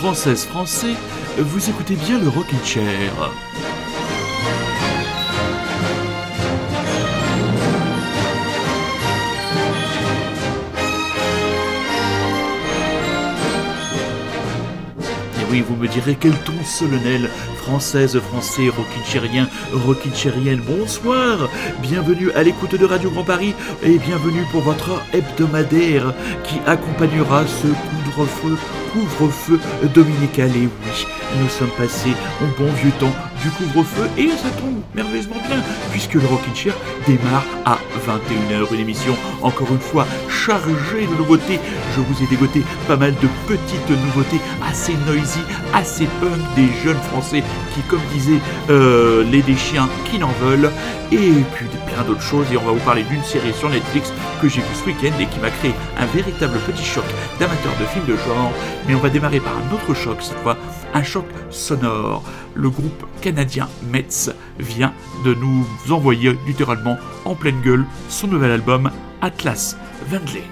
Françaises, Français, vous écoutez bien le Rockin' Chair. Et oui, vous me direz quel ton solennel. Françaises, Français, Rockin' Rockin' bonsoir. Bienvenue à l'écoute de Radio Grand Paris et bienvenue pour votre hebdomadaire qui accompagnera ce couvre-feu dominical. Et oui, nous sommes passés au bon vieux temps du couvre-feu et ça tombe merveilleusement bien puisque le Rockin' Chair démarre à 21h, une émission encore une fois chargée de nouveautés. Je vous ai dégoté pas mal de petites nouveautés assez noisy, assez punk, des jeunes Français qui, comme disaient les chiens qui n'en veulent, et puis plein d'autres choses. Et on va vous parler d'une série sur Netflix que j'ai vue ce week-end et qui m'a créé un véritable petit choc d'amateurs de films de genre. Mais on va démarrer par un autre choc cette fois, un choc sonore. Le groupe canadien Metz vient de nous envoyer littéralement en pleine gueule son nouvel album Atlas Wendling.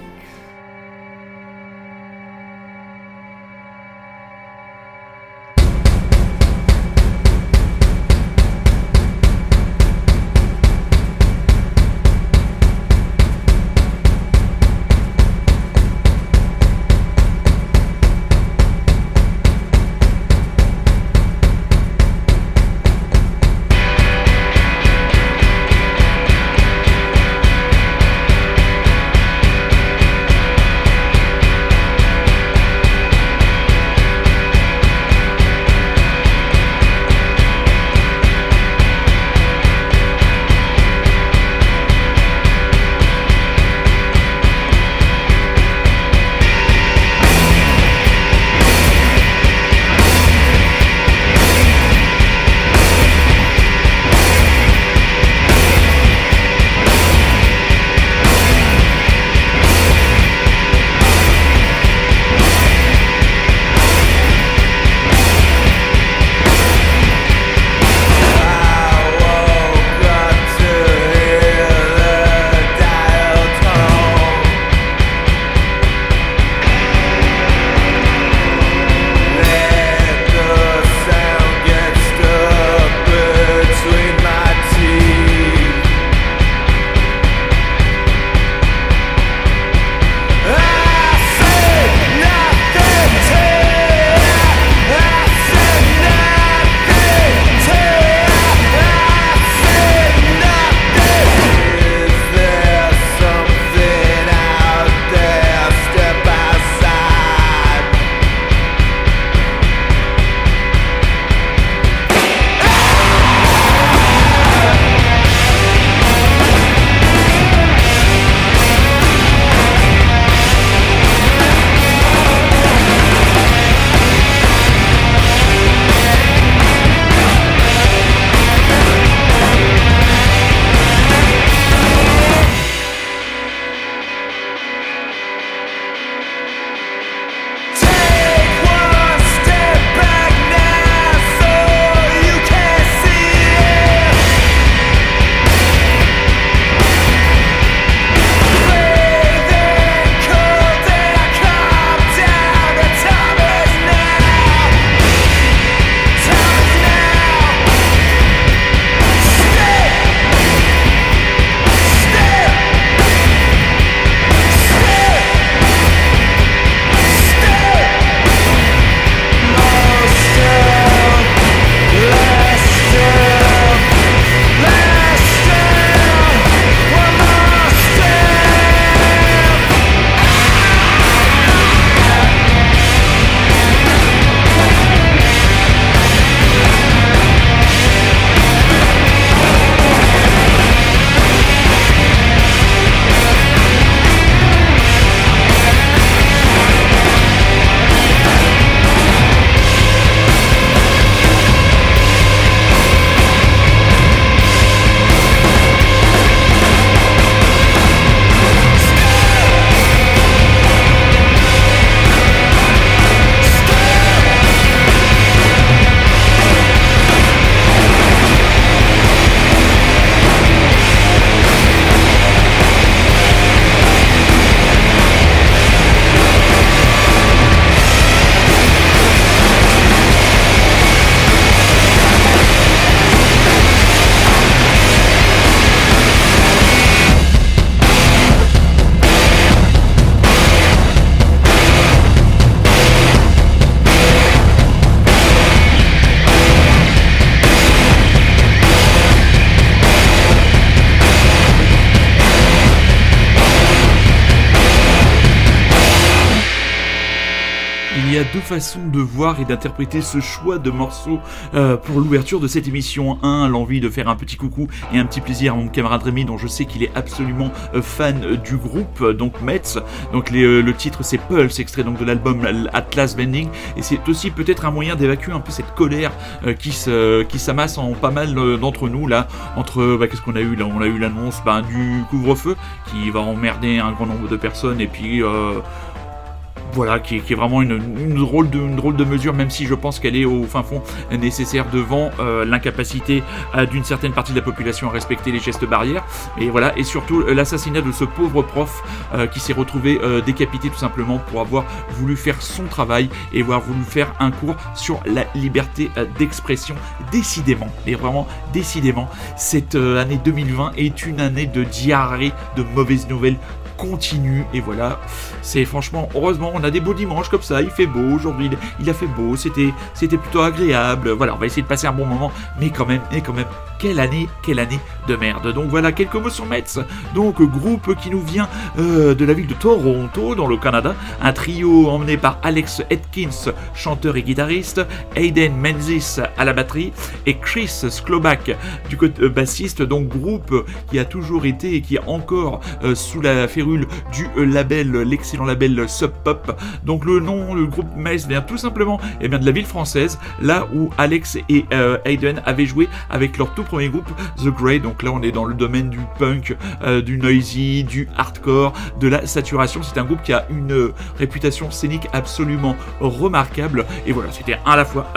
a deux façons de voir et d'interpréter ce choix de morceaux pour l'ouverture de cette émission. Un, l'envie de faire un petit coucou et un petit plaisir à mon camarade Rémi, dont je sais qu'il est absolument fan du groupe, donc Metz. Donc le titre c'est Pulse, extrait donc de l'album Atlas Bending, et c'est aussi peut-être un moyen d'évacuer un peu cette colère qui s'amasse en pas mal d'entre nous là, entre qu'est-ce qu'on a eu là, on a eu l'annonce du couvre-feu qui va emmerder un grand nombre de personnes, et puis voilà, qui est vraiment une drôle de mesure, même si je pense qu'elle est au fin fond nécessaire devant l'incapacité d'une certaine partie de la population à respecter les gestes barrières. Et voilà, et surtout l'assassinat de ce pauvre prof qui s'est retrouvé décapité tout simplement pour avoir voulu faire son travail et avoir voulu faire un cours sur la liberté d'expression. Décidément, et vraiment décidément, cette année 2020 est une année de diarrhée, de mauvaises nouvelles continue, et voilà, c'est franchement, heureusement on a des beaux dimanches comme ça, il fait beau aujourd'hui, il a fait beau, c'était plutôt agréable, voilà, on va essayer de passer un bon moment, mais quand même, quelle année de merde. Donc voilà, quelques mots sur Metz, donc groupe qui nous vient de la ville de Toronto dans le Canada, un trio emmené par Alex Atkins, chanteur et guitariste, Hayden Menzies à la batterie et Chris Sklobak du côté bassiste, donc groupe qui a toujours été et qui est encore sous la férule du l'excellent label Sub Pop. Donc le nom, le groupe Metz vient tout simplement de la ville française, là où Alex et Hayden avaient joué avec leur tout premier groupe The Grey. Donc là on est dans le domaine du punk, du noisy, du hardcore, de la saturation. C'est un groupe qui a une réputation scénique absolument remarquable, et voilà, c'était à la fois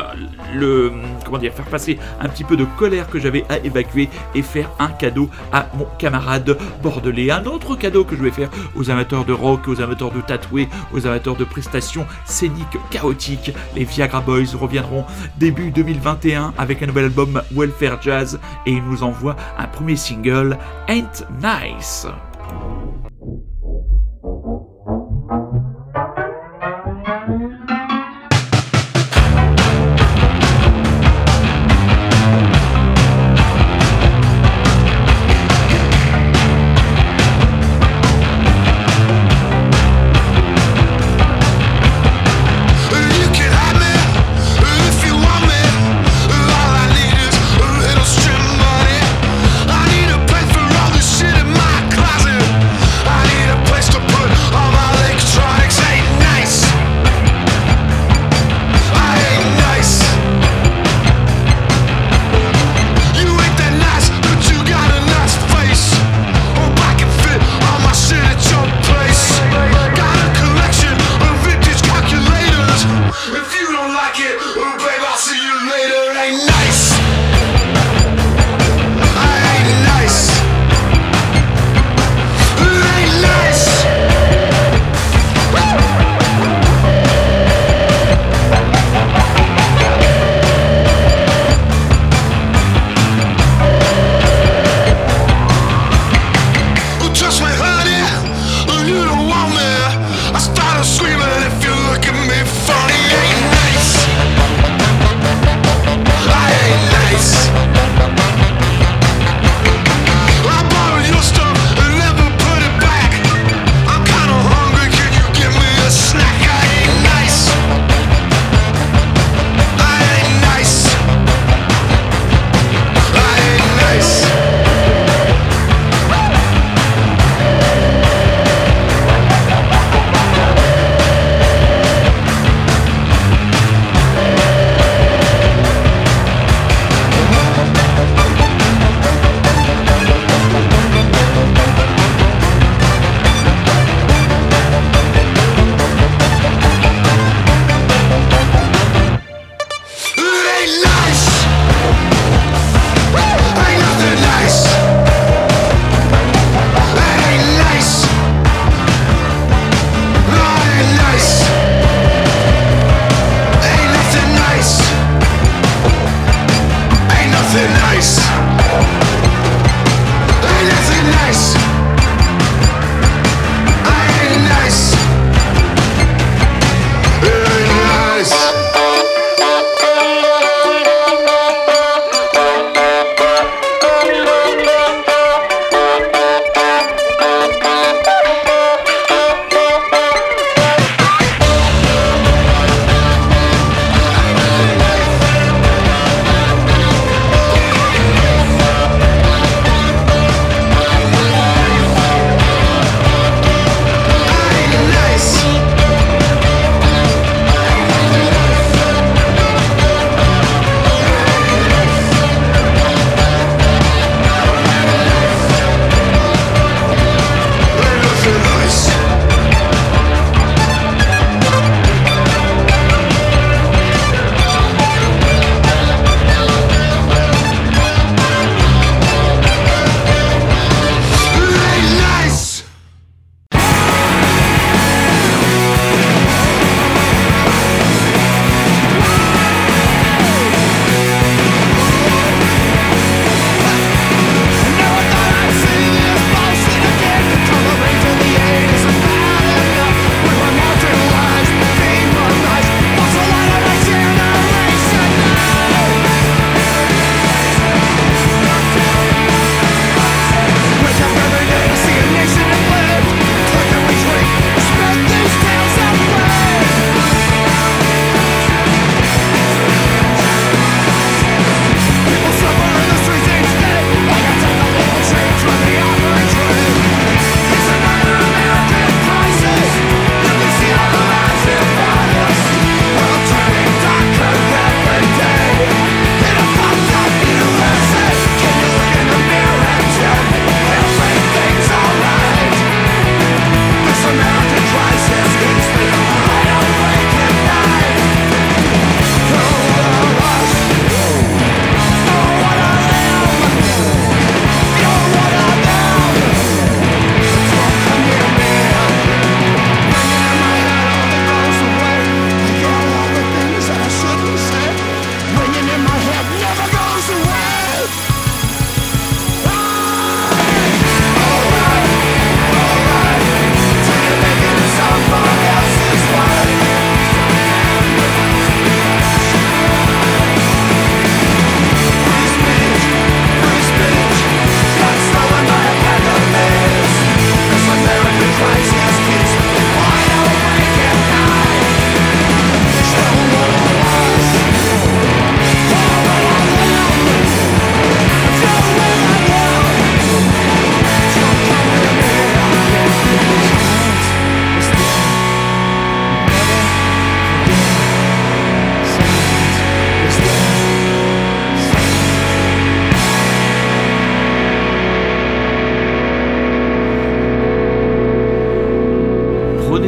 faire passer un petit peu de colère que j'avais à évacuer et faire un cadeau à mon camarade bordelais. Un autre cadeau que je vais faire aux amateurs de rock, aux amateurs de tatoués, aux amateurs de prestations scéniques chaotiques. Les Viagra Boys reviendront début 2021 avec un nouvel album Welfare Jazz, et ils nous envoient un premier single, Ain't Nice. Closet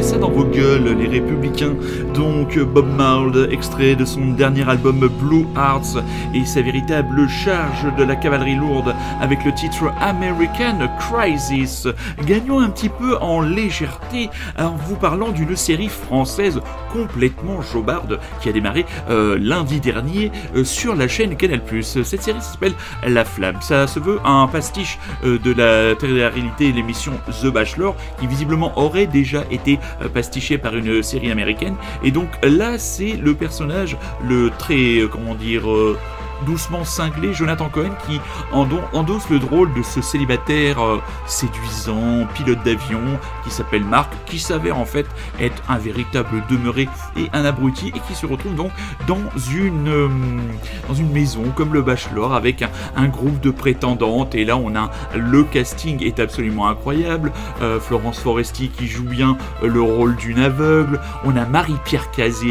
ça dans vos gueules, les républicains. Donc Bob Mould, extrait de son dernier album Blue Hearts et sa véritable charge de la cavalerie lourde avec le titre American Crisis. Gagnons un petit peu en légèreté en vous parlant d'une série française complètement jobarde qui a démarré lundi dernier sur la chaîne Canal+. Cette série s'appelle La Flamme. Ça se veut un pastiche de la télé-réalité, l'émission The Bachelor, qui visiblement aurait déjà été pastiché par une série américaine. Et donc là, c'est le personnage, le très, doucement cinglé Jonathan Cohen qui endosse le rôle de ce célibataire séduisant, pilote d'avion qui s'appelle Marc, qui s'avère en fait être un véritable demeuré et un abruti et qui se retrouve donc dans une maison comme le Bachelor avec un groupe de prétendantes. Et là le casting est absolument incroyable. Florence Foresti qui joue bien le rôle d'une aveugle. On a Marie-Pierre Cazé,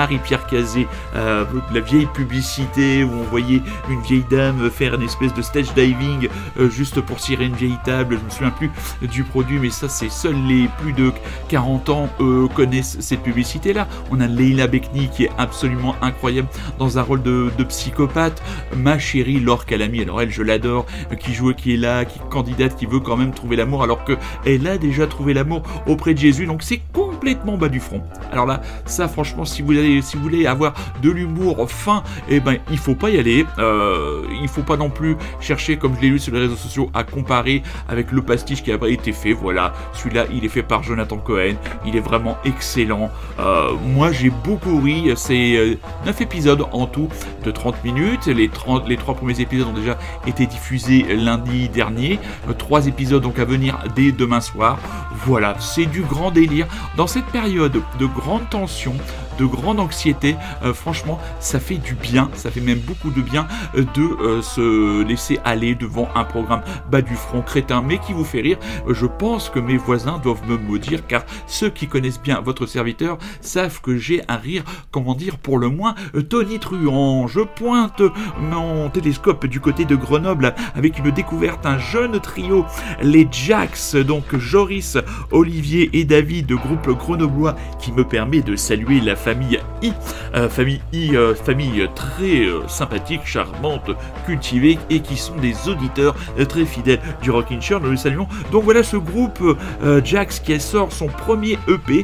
la vieille publicité où on voyait une vieille dame faire une espèce de stage diving juste pour cirer une vieille table. Je me souviens plus du produit, mais ça c'est seuls les plus de 40 ans connaissent cette publicité là. On a Leila Bekni qui est absolument incroyable dans un rôle de psychopathe. Ma chérie Laure Calamy, alors elle je l'adore, qui est là, qui est candidate, qui veut quand même trouver l'amour alors qu'elle a déjà trouvé l'amour auprès de Jésus, donc c'est complètement bas du front. Alors là, ça franchement, si vous voulez avoir de l'humour fin, il faut pas y aller. Il faut pas non plus chercher, comme je l'ai lu sur les réseaux sociaux, à comparer avec le pastiche qui a été fait. Voilà, celui-là, il est fait par Jonathan Cohen. Il est vraiment excellent. Moi, j'ai beaucoup ri. C'est 9 épisodes en tout de 30 minutes. Les 3 premiers épisodes ont déjà été diffusés lundi dernier. 3 épisodes donc à venir dès demain soir. Voilà, c'est du grand délire. Dans cette période de grande tension, de grande anxiété, franchement, ça fait du bien, ça fait même beaucoup de bien de se laisser aller devant un programme bas du front crétin, mais qui vous fait rire. Je pense que mes voisins doivent me maudire, car ceux qui connaissent bien votre serviteur savent que j'ai un rire, pour le moins tonitruant. Je pointe mon télescope du côté de Grenoble avec une découverte, un jeune trio, les Jacks, donc Joris, Olivier et David, de groupe grenoblois, qui me permet de saluer la famille très sympathique, charmante, cultivée, et qui sont des auditeurs très fidèles du Rockin' Chair. Nous le saluons. Donc voilà ce groupe Jax qui sort son premier EP,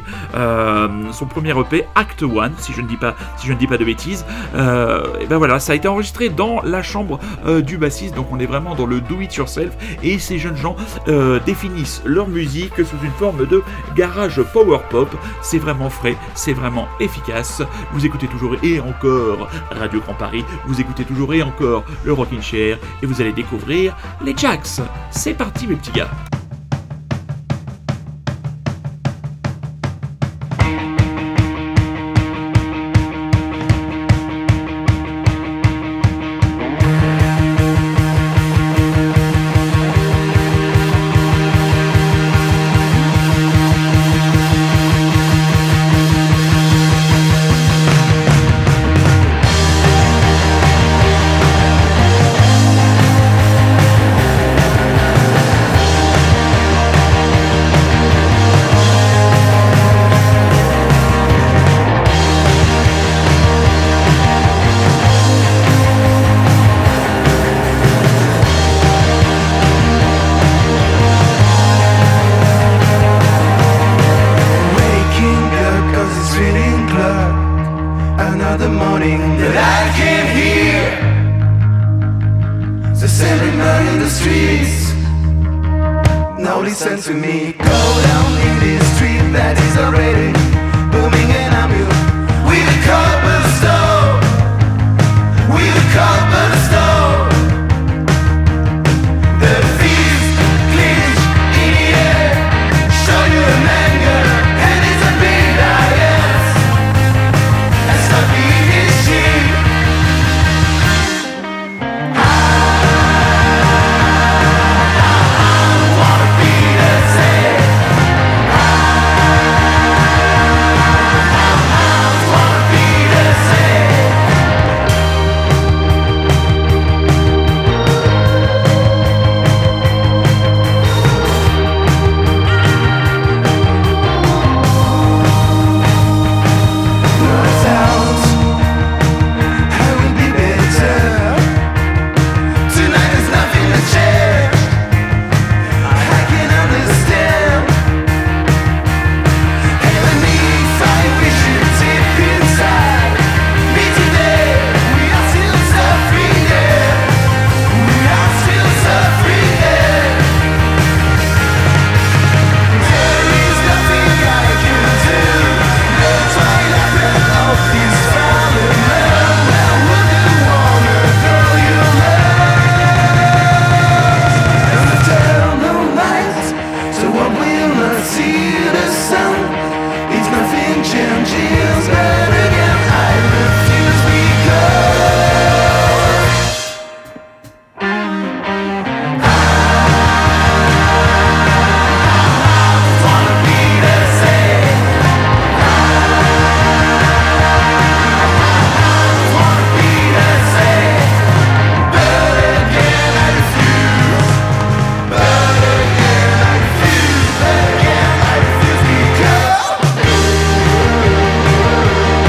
Act One, si je ne dis pas de bêtises. Et ben voilà, ça a été enregistré dans la chambre du bassiste, donc on est vraiment dans le do it yourself, et ces jeunes gens définissent leur musique sous une forme de garage power pop. C'est vraiment frais, c'est vraiment efficace. Vous écoutez toujours et encore Radio Grand Paris, vous écoutez toujours et encore le Rockin' Chair, et vous allez découvrir les Jacks. C'est parti mes petits gars. see the sun. If nothing changes, but again I refuse because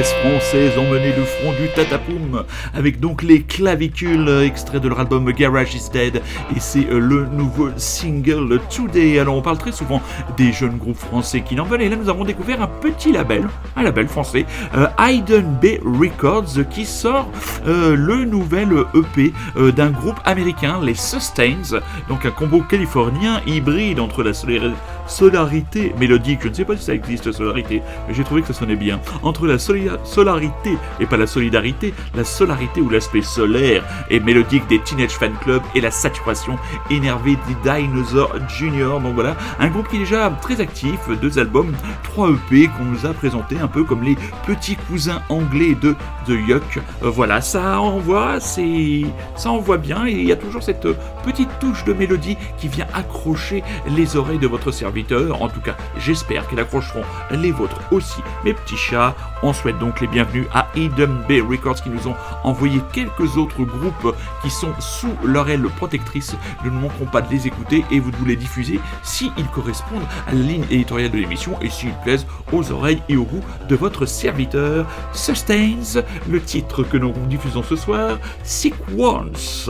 jeunesse française emmenée le front du Tatapoum avec donc les clavicules, extrait de leur album Garage is Dead, et c'est le nouveau single Today. Alors on parle très souvent des jeunes groupes français qui n'en veulent, et là nous avons découvert un petit label, un label français, Hidden Bay Records, qui sort le nouvel EP d'un groupe américain, les Sustains, donc un combo californien hybride entre la solarité mélodique, je ne sais pas si ça existe solarité, mais j'ai trouvé que ça sonnait bien, entre la solarité et pas la solidarité, la solarité ou l'aspect solaire et mélodique des Teenage Fan Club et la saturation énervée des Dinosaur Jr. Donc voilà, un groupe qui est déjà très actif, 2 albums, 3 EP qu'on nous a présentés un peu comme les petits cousins anglais de The Yuck. Voilà, ça envoie bien, et il y a toujours cette petite touche de mélodie qui vient accrocher les oreilles de votre serviteur. En tout cas, j'espère qu'elles accrocheront les vôtres aussi, mes petits chats. On souhaite donc les bienvenus à Hidden Bay Records qui nous ont envoyé quelques autres groupes qui sont sous leur aile protectrice. Nous ne manquerons pas de les écouter et vous de vous les diffuser s'ils correspondent à la ligne éditoriale de l'émission et s'ils plaisent aux oreilles et au goût de votre serviteur. Sustains, le titre que nous diffusons ce soir, Sick Once.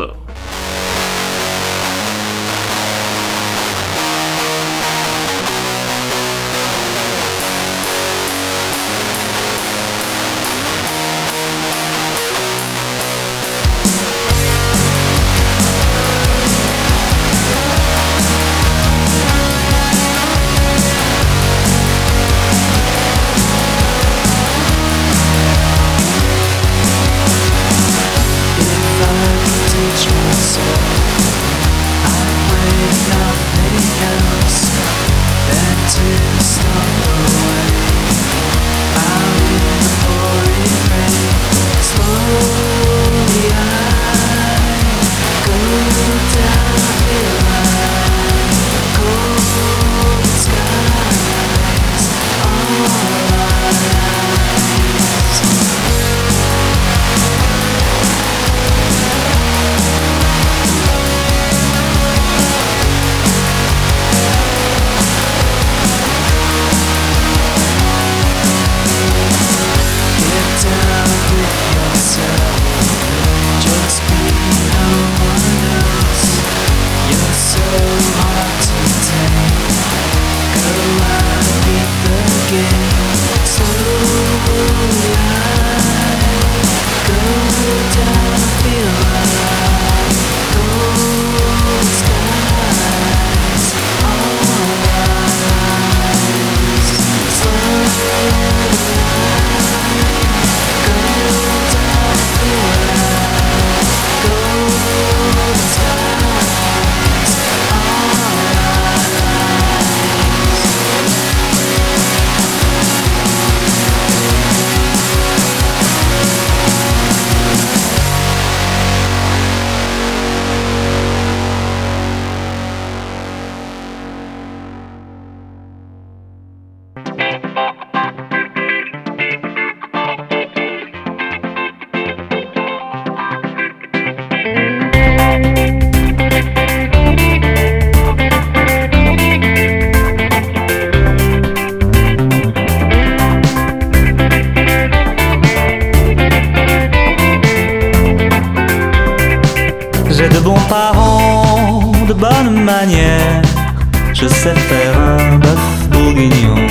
Je sais faire un bœuf bourguignon,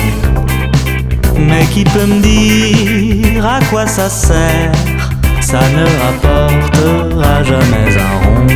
mais qui peut me dire à quoi ça sert? Ça ne rapportera jamais un rond.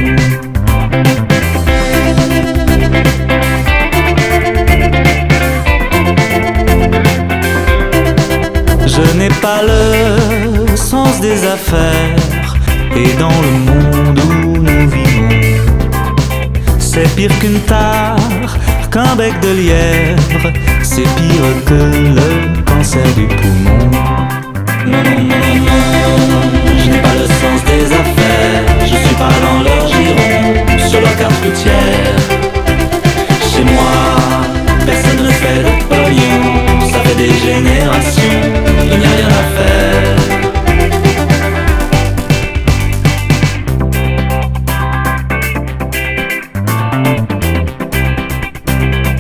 Je n'ai pas le sens des affaires, et dans le monde où nous vivons, c'est pire qu'une tare, qu'un bec de lièvre, c'est pire que le cancer du poumon. Non, non, non, non, non, je n'ai pas le sens des affaires, je suis pas dans leur giron, sur leur carte routière. Chez moi, personne ne fait de pognon, ça fait des générations, il n'y a rien à faire.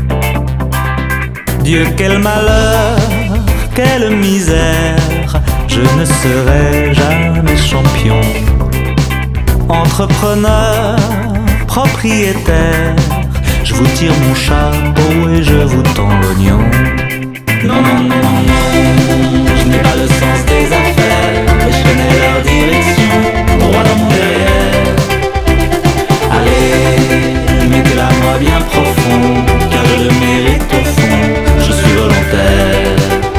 Dieu, quel malheur, quelle misère, je je ne serai jamais champion. Entrepreneur, propriétaire, je vous tire mon chapeau et je vous tends l'oignon. Non, non, non, non, non, je n'ai pas le sens des affaires, mais je connais leur direction, droit dans mon derrière. Allez, mettez-la moi bien profond, car je le mérite au fond, je suis volontaire.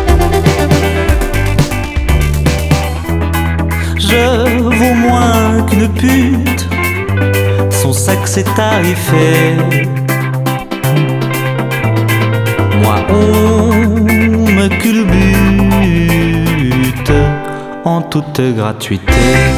Je vaux moins qu'une pute, son sexe est tarifé. Moi on me culbute en toute gratuité.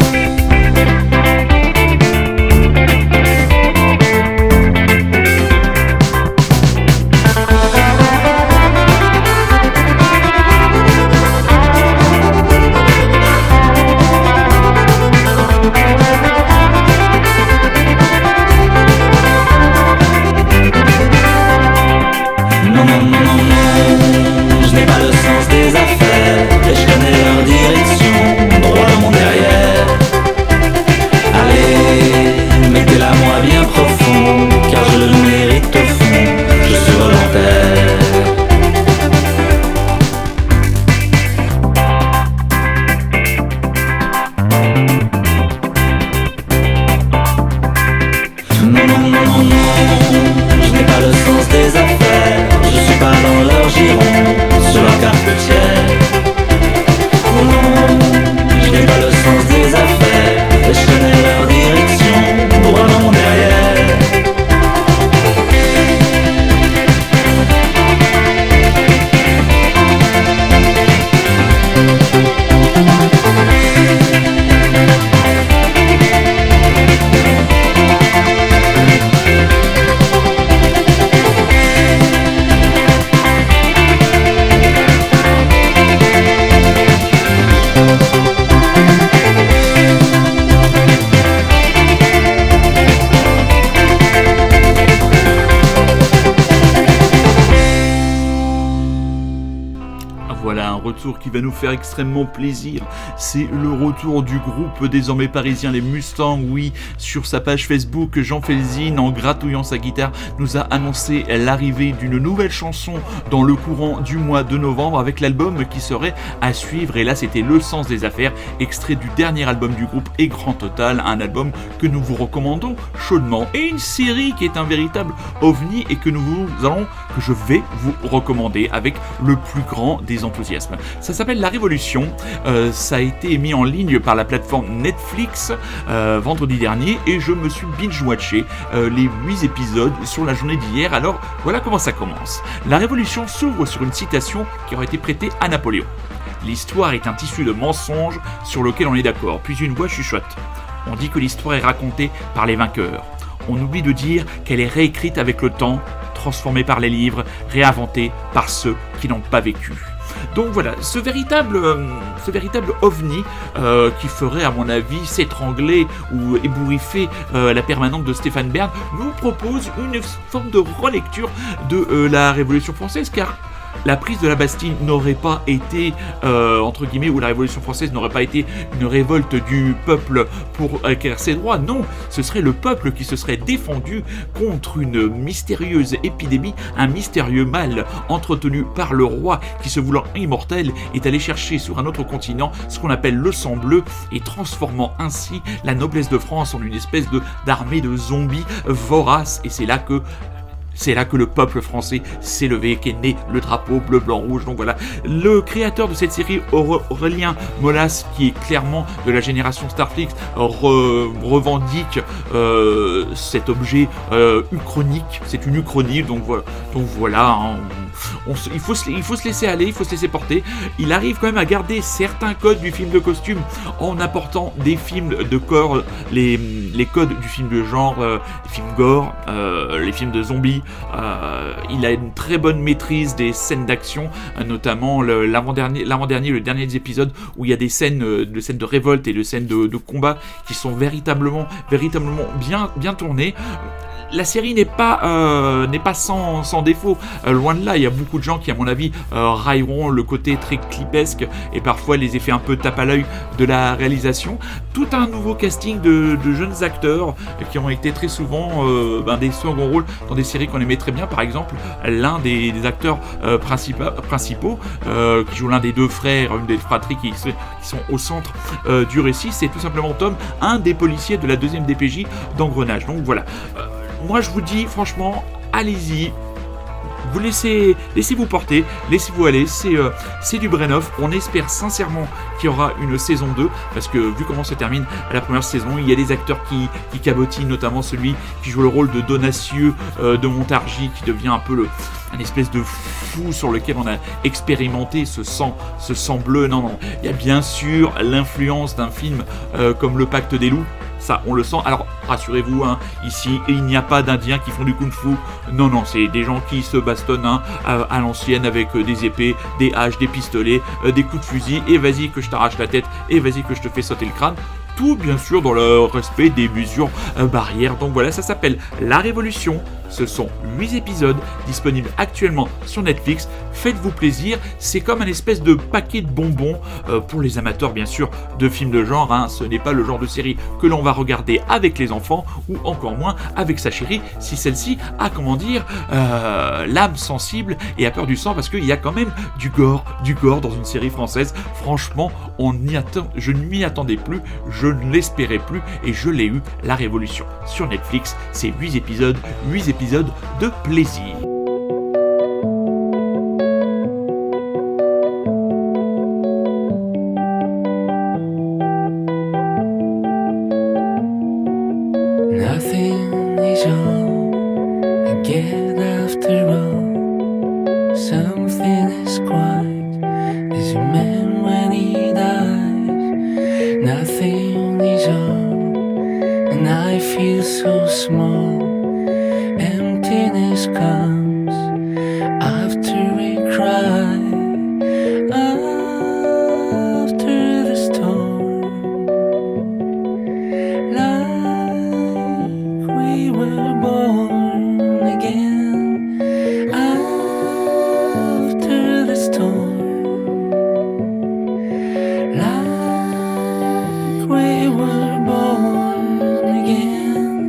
Qui va nous faire extrêmement plaisir, c'est le retour du groupe désormais parisien les Mustangs. Oui, sur sa page Facebook, Jean Felzin, en gratouillant sa guitare, nous a annoncé l'arrivée d'une nouvelle chanson dans le courant du mois de novembre avec l'album qui serait à suivre. Et là, c'était Le Sens des Affaires, extrait du dernier album du groupe Écran Total, un album que nous vous recommandons chaudement, et une série qui est un véritable ovni et que je vais vous recommander avec le plus grand des enthousiasmes. Ça s'appelle La Révolution, ça a été mis en ligne par la plateforme Netflix vendredi dernier et je me suis binge-watché les 8 épisodes sur la journée d'hier. Alors voilà comment ça commence. La Révolution s'ouvre sur une citation qui aurait été prêtée à Napoléon. L'histoire est un tissu de mensonges sur lequel on est d'accord, puis une voix chuchote. On dit que l'histoire est racontée par les vainqueurs. On oublie de dire qu'elle est réécrite avec le temps, transformée par les livres, réinventée par ceux qui n'ont pas vécu. Donc voilà, ce véritable ovni qui ferait à mon avis s'étrangler ou ébouriffer la permanente de Stéphane Bern nous propose une forme de relecture de la Révolution française, car la prise de la Bastille n'aurait pas été, entre guillemets, ou la Révolution française n'aurait pas été une révolte du peuple pour acquérir ses droits. Non, ce serait le peuple qui se serait défendu contre une mystérieuse épidémie, un mystérieux mal entretenu par le roi qui, se voulant immortel, est allé chercher sur un autre continent ce qu'on appelle le sang bleu, et transformant ainsi la noblesse de France en une espèce d'armée de zombies voraces. Et c'est là que le peuple français s'est levé, qu'est né le drapeau bleu, blanc, rouge. Donc voilà, le créateur de cette série, Aurélien Molas, qui est clairement de la génération Starflix, revendique cet objet uchronique. C'est une uchronie, donc voilà, hein, il faut se laisser aller, il faut se laisser porter. Il arrive quand même à garder certains codes du film de costume en apportant des films de corps, les codes du film de genre, les films gore, les films de zombies. Il a une très bonne maîtrise des scènes d'action, notamment l'avant-dernier, le dernier des épisodes où il y a des scènes de révolte et de scènes de combat qui sont véritablement bien tournées. La série n'est pas sans défaut, loin de là, il y a beaucoup de gens qui, à mon avis, railleront le côté très clipesque et parfois les effets un peu tape à l'œil de la réalisation. Tout un nouveau casting de jeunes acteurs qui ont été très souvent des seconds rôles dans des séries qu'on aimait très bien. Par exemple, l'un des acteurs principaux qui joue l'un des deux frères, une des fratries qui sont au centre du récit, c'est tout simplement Tom, un des policiers de la 2e DPJ d'Engrenage. Donc voilà, moi je vous dis franchement, allez-y. Vous laissez-vous porter, laissez-vous aller, c'est du Brenov. On espère sincèrement qu'il y aura une saison 2, parce que vu comment se termine la première saison, il y a des acteurs qui cabotinent, notamment celui qui joue le rôle de Donacieux de Montargis, qui devient un peu un espèce de fou sur lequel on a expérimenté ce sang bleu. Non, il y a bien sûr l'influence d'un film comme Le Pacte des Loups. Ça, on le sent. Alors, rassurez-vous, ici, il n'y a pas d'Indiens qui font du kung-fu. Non, c'est des gens qui se bastonnent à l'ancienne avec des épées, des haches, des pistolets, des coups de fusil. Et vas-y que je t'arrache la tête, et vas-y que je te fais sauter le crâne. Tout, bien sûr, dans le respect des mesures barrières. Donc voilà, ça s'appelle La Révolution. Ce sont 8 épisodes disponibles actuellement sur Netflix. Faites-vous plaisir. C'est comme un espèce de paquet de bonbons pour les amateurs, bien sûr, de films de genre. Ce n'est pas le genre de série que l'on va regarder avec les enfants ou encore moins avec sa chérie si celle-ci a, l'âme sensible et a peur du sang, parce qu'il y a quand même du gore dans une série française. Franchement, je ne m'y attendais plus. Je ne l'espérais plus et je l'ai eu, La Révolution sur Netflix. C'est 8 épisodes de plaisir. Nothing is all again after all. Something is quiet as a man when he dies. Nothing is all, and I feel so small. Emptiness comes after we cry, after the storm, like we were born again, after the storm, like we were born again.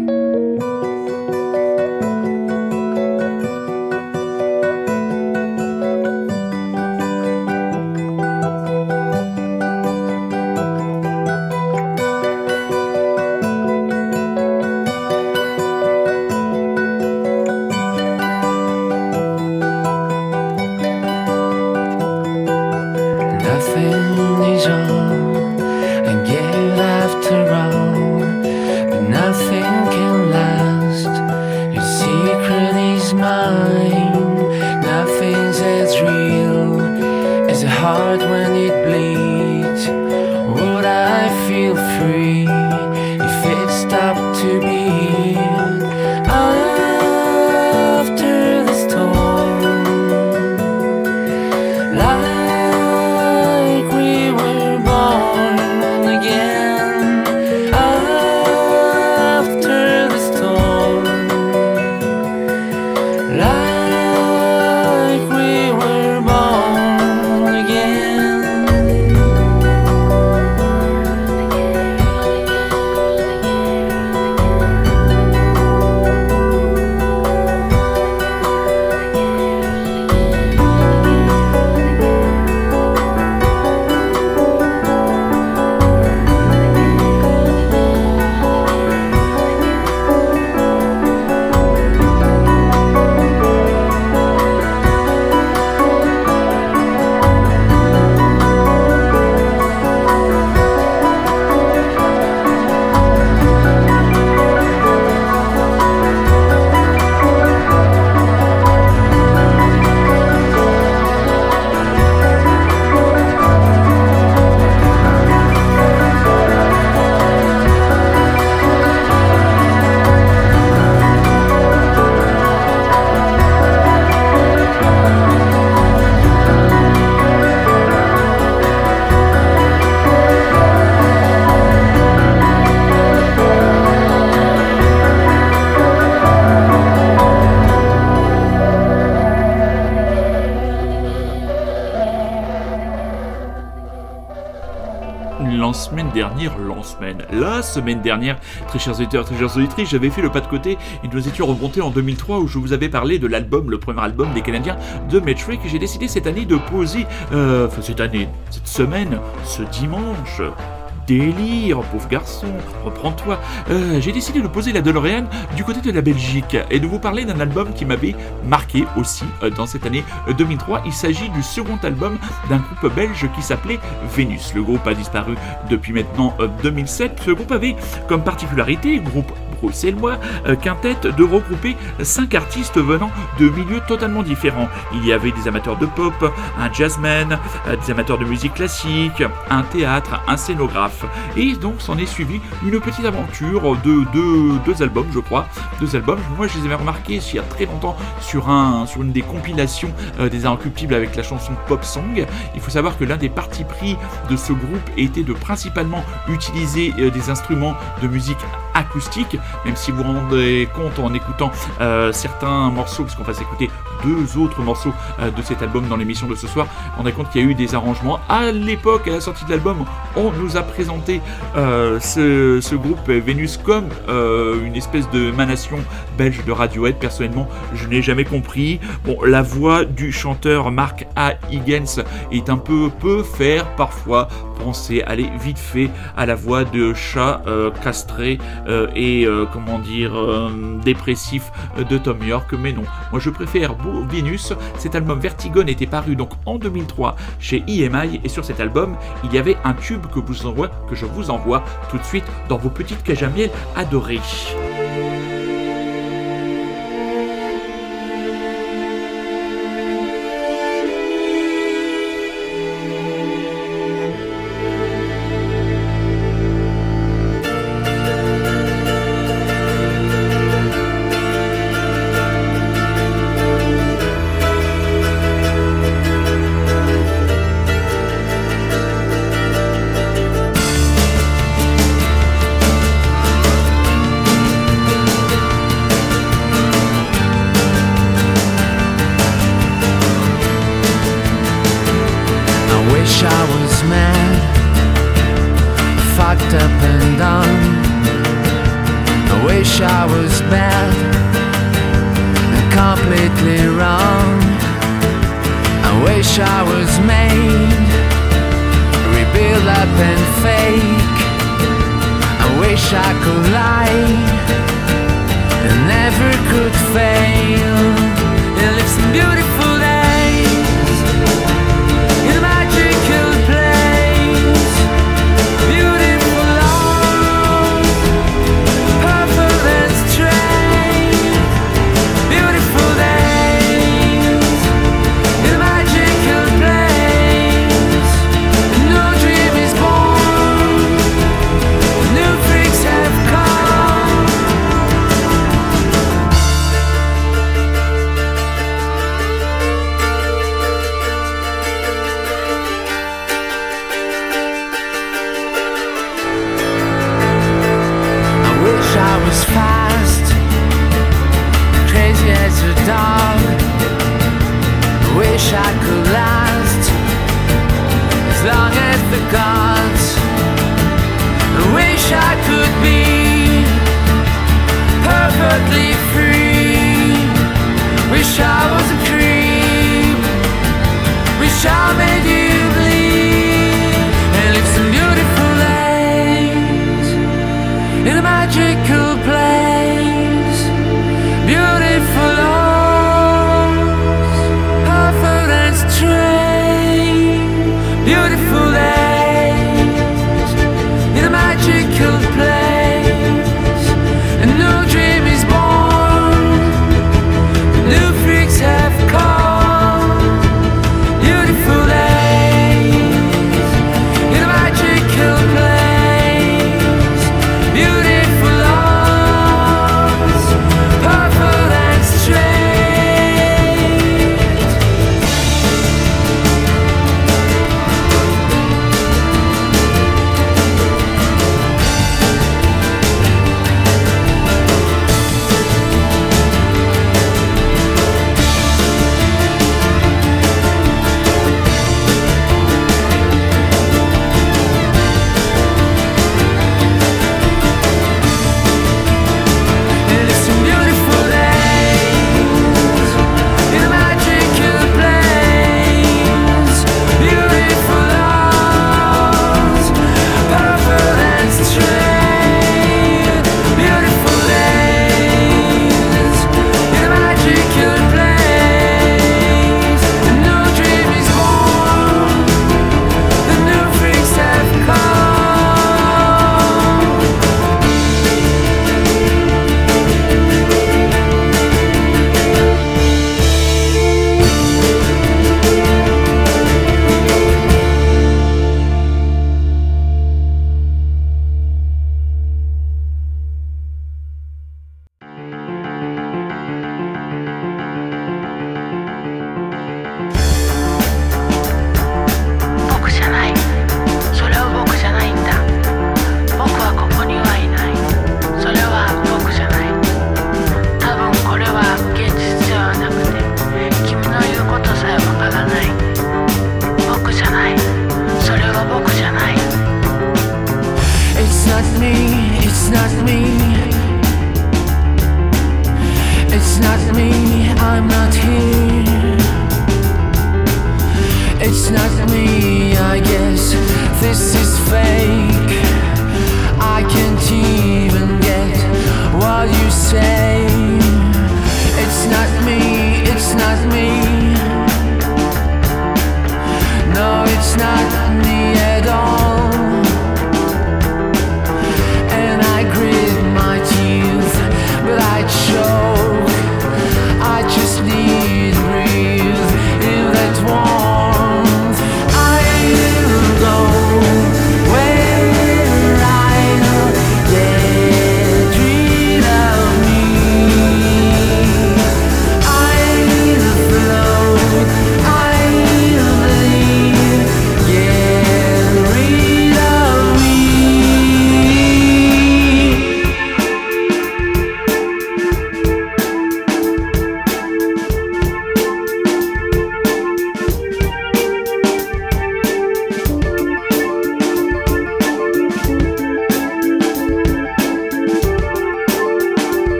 Nothing is all I give after all, but nothing can last. Your secret is mine. Nothing's as real as a heart when it bleeds. Would I feel free if it stopped to beat? After the storm, like we were born again. After the storm, like we were born again. la semaine dernière, très chers auditeurs, très chères auditrices, j'avais fait le pas de côté et nous étions remontés en 2003 où je vous avais parlé de l'album, le premier album des Canadiens de Metric, et j'ai décidé cette année de poser, cette semaine, ce dimanche. Délire, pauvre garçon, reprends-toi. J'ai décidé de poser la DeLorean du côté de la Belgique et de vous parler d'un album qui m'avait marqué aussi dans cette année 2003. Il s'agit du second album d'un groupe belge qui s'appelait Vénus. Le groupe a disparu depuis maintenant 2007. Ce groupe avait comme particularité, groupe bruxellois, quintet, de regrouper 5 artistes venant de milieux totalement différents. Il y avait des amateurs de pop, un jazzman, des amateurs de musique classique, un théâtre, un scénographe. Et donc s'en est suivi une petite aventure de deux albums, je crois. 2 albums. Moi je les avais remarqués il y a très longtemps sur une des compilations des Inrecuptibles avec la chanson Pop Song. Il faut savoir que l'un des partis pris de ce groupe était de principalement utiliser des instruments de musique acoustique, même si vous vous rendez compte en écoutant certains morceaux, parce qu'on va s'écouter 2 autres morceaux de cet album dans l'émission de ce soir, on a compte qu'il y a eu des arrangements. À l'époque, à la sortie de l'album, on nous a présenté ce groupe Vénus comme une espèce de émanation belge de Radiohead. Personnellement, je n'ai jamais compris. Bon, la voix du chanteur Mark A. Higgins est un peu peut faire parfois penser, allez, vite fait, à la voix de chat castré et dépressif de Tom York, mais non, moi je préfère Vénus. Cet album Vertigon était paru donc en 2003 chez EMI, et sur cet album il y avait un tube que je vous envoie tout de suite dans vos petites cages à miel adorées. In a magical place.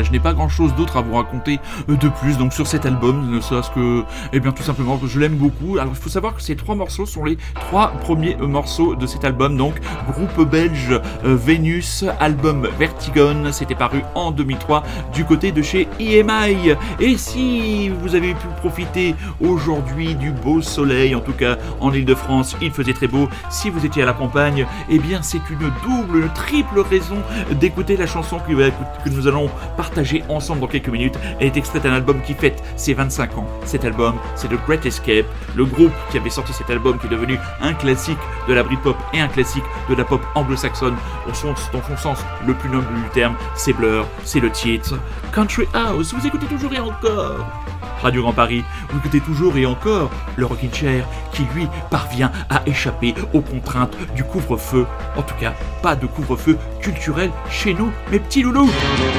je n'ai pas grand chose d'autre à vous raconter de plus donc sur cet album, ne serait-ce que, eh bien tout simplement que je l'aime beaucoup. Alors il faut savoir que ces 3 morceaux sont les 3 premiers morceaux de cet album, donc groupe belge Vénus, album Vertigon, c'était paru en 2003 du côté de chez EMI. Et si vous avez pu profiter aujourd'hui du beau soleil, en tout cas en Ile-de-France, il faisait très beau. Si vous étiez à la campagne, eh bien c'est une double, une triple raison d'écouter la chanson que nous allons partager ensemble dans quelques minutes. Elle est extraite d'un album qui fête ses 25 ans. Cet album, c'est The Great Escape, le groupe qui avait sorti cet album qui est devenu un classique de la Britpop et un classique de la pop anglo-saxonne dans son sens le plus noble du terme. C'est Blur, c'est le titre Country House. Vous écoutez toujours et encore Radio Grand Paris, vous écoutez toujours et encore le Rockin' Chair qui lui parvient à échapper aux contraintes du couvre-feu. En tout cas, pas de couvre-feu culturel chez nous, mes petits loulous.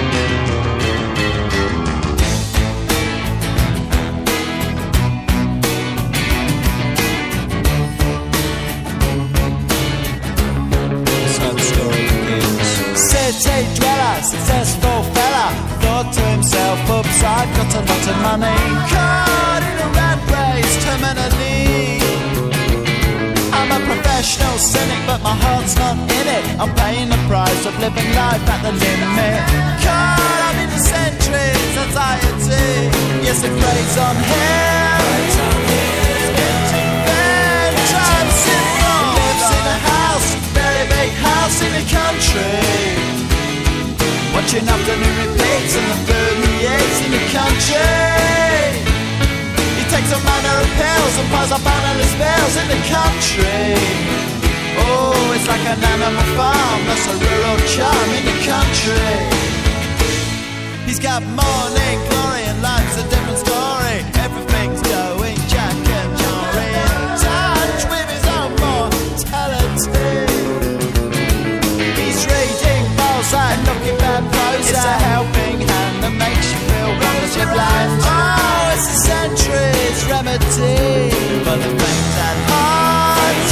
City dweller, successful fella, thought to himself, oops, I've got a lot of money. Caught in a rat race, terminally. I'm a professional cynic, but my heart's not in it. I'm paying the price of living life at the limit. Caught up in the centuries, anxiety. Yes, it preys on him. It's getting bad, trying to simple. Lives in a house, very big house in the country. Watching afternoon repeats and the food he eats in the country. He takes a manner of pills and piles up analyst bills in the country. Oh, it's like an animal farm, that's a rural charm in the country. He's got morning glory and life's a different story. Everything's going Jack and Jory in touch with his own mortality. He's reading Balzac, looking bad prose. It's a helping hand that makes you feel relative blind. Oh, it's a century's remedy for the things at heart.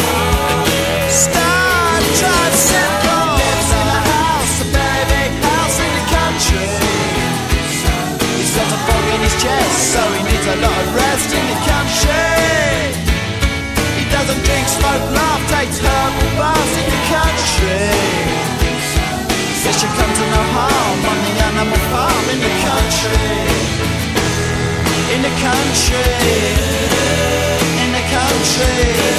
Start, try simple. Lives in a house, a very big house in the country. He's got a fog in his chest, so he needs a lot of rest in the country. He doesn't drink, smoke, laugh, takes herbal baths in the country. Fish should come to no harm on the animal farm in the country. In the country. In the country.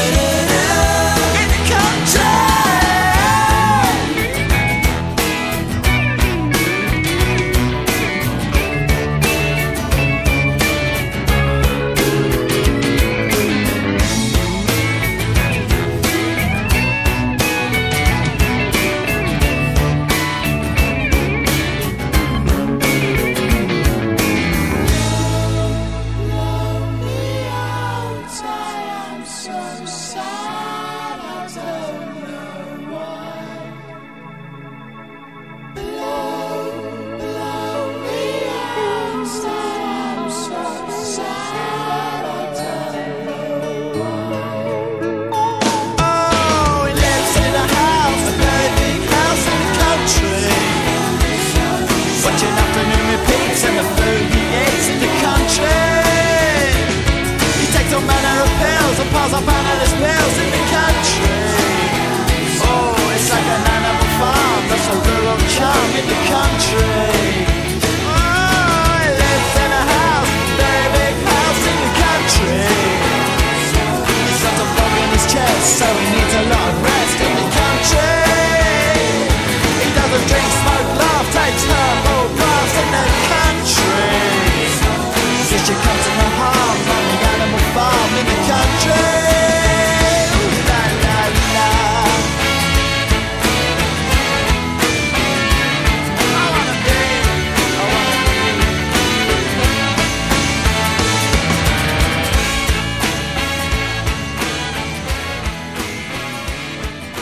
In the country.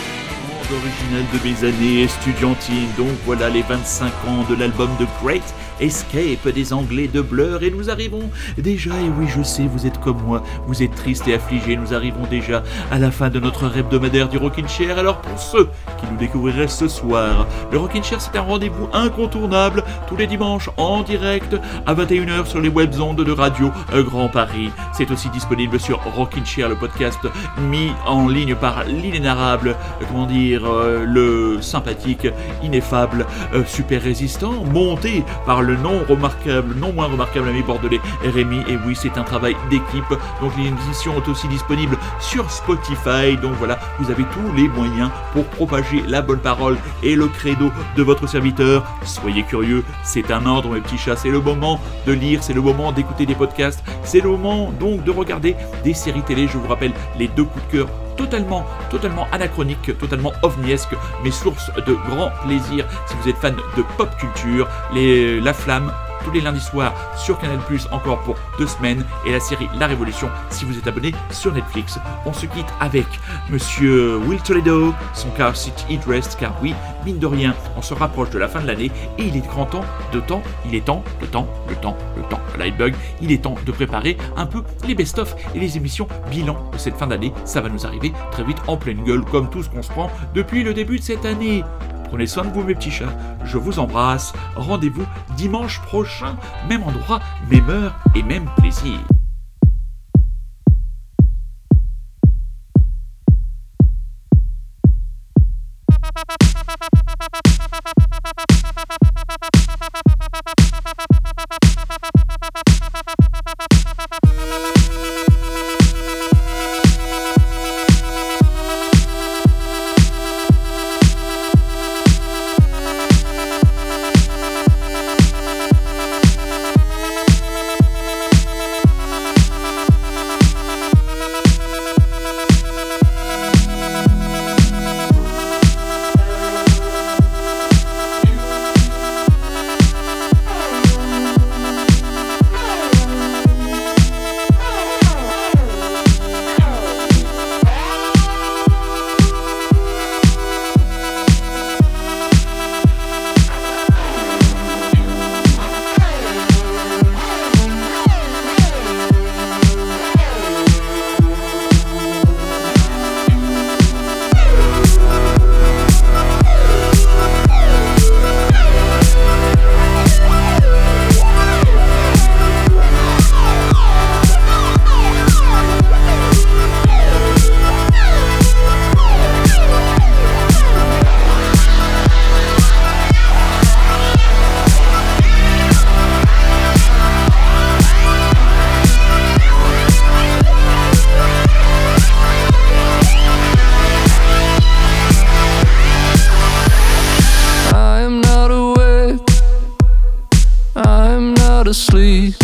De mes années estudiantines, donc voilà les 25 ans de l'album The Great Escape des Anglais de Blur et nous arrivons déjà, et oui je sais, vous êtes comme moi, vous êtes tristes et affligés, nous arrivons déjà à la fin de notre hebdomadaire du Rockin' Chair. Alors pour ceux qui nous découvriraient ce soir, le Rockin' Chair c'est un rendez-vous incontournable tous les dimanches en direct à 21h sur les web ondes de Radio Grand Paris. C'est aussi disponible sur Rockin' Chair, le podcast mis en ligne par l'inénarrable, le sympathique, ineffable, super résistant, monté par le non moins remarquable ami bordelais Rémi. Et oui, c'est un travail d'équipe. Donc l'émission est aussi disponible sur Spotify. Donc voilà, vous avez tous les moyens pour propager la bonne parole et le credo de votre serviteur. Soyez curieux, c'est un ordre mes petits chats, c'est le moment de lire, c'est le moment d'écouter des podcasts, c'est le moment donc de regarder des séries télé. Je vous rappelle les 2 coups de cœur totalement anachronique, totalement ovniesque, mais source de grand plaisir si vous êtes fan de pop culture. La Flamme, tous les lundis soirs sur Canal+, encore pour 2 semaines, et la série La Révolution si vous êtes abonné sur Netflix. On se quitte avec Monsieur Will Toledo, son Car Seat Heat Rest, car oui, mine de rien, on se rapproche de la fin de l'année et il est grand temps, Lightbug, il est temps de préparer un peu les best-of et les émissions bilan de cette fin d'année. Ça va nous arriver très vite en pleine gueule, comme tout ce qu'on se prend depuis le début de cette année. Prenez soin de vous mes petits chats, je vous embrasse, rendez-vous dimanche prochain, même endroit, même heure et même plaisir. asleep.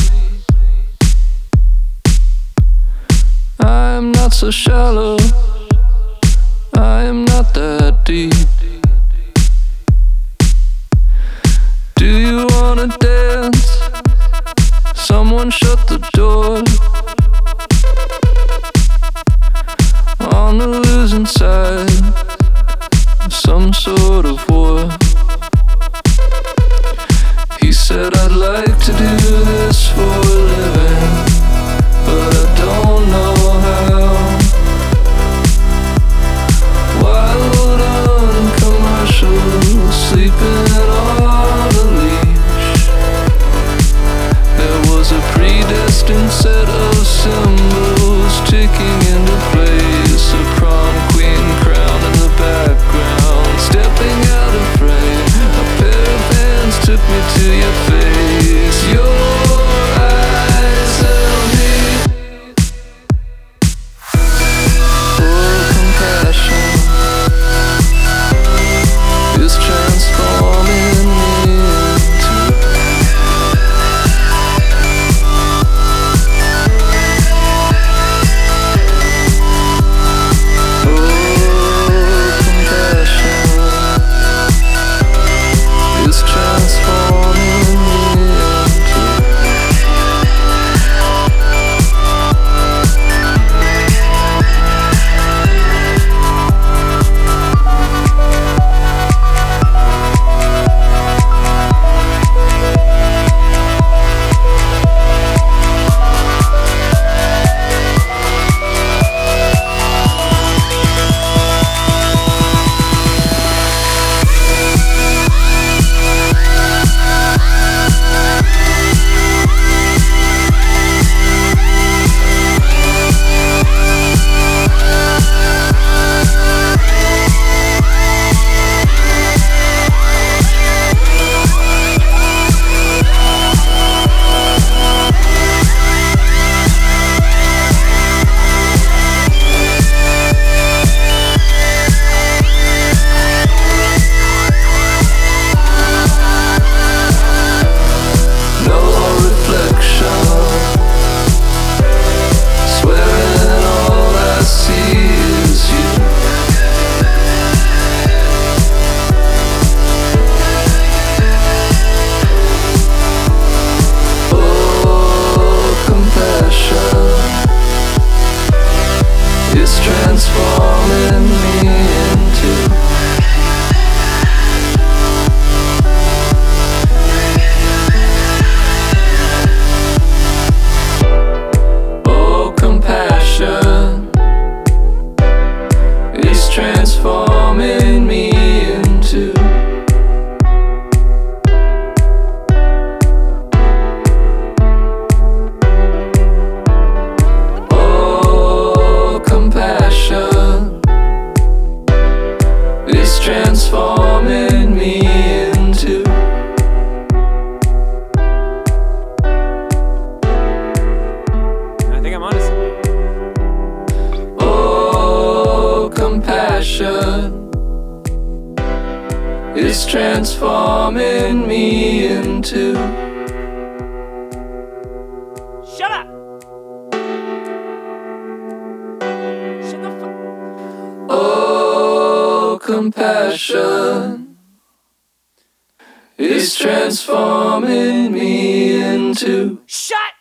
I am not so shallow, I am not that deep. Do you wanna dance? Someone shut the door. On the losing side, some sort of war. He said I'd like to do this for a living, but I don't know how. Wild on commercials, sleeping on a leash. There was a predestined set of symbols ticking into place. A prom queen crown in the background, stepping out transforming me into. Oh, compassion is transforming me into. I think I'm onto something. Oh, compassion is transforming me into. Shut up! Shut the fuck. Oh, compassion is transforming me into. Shut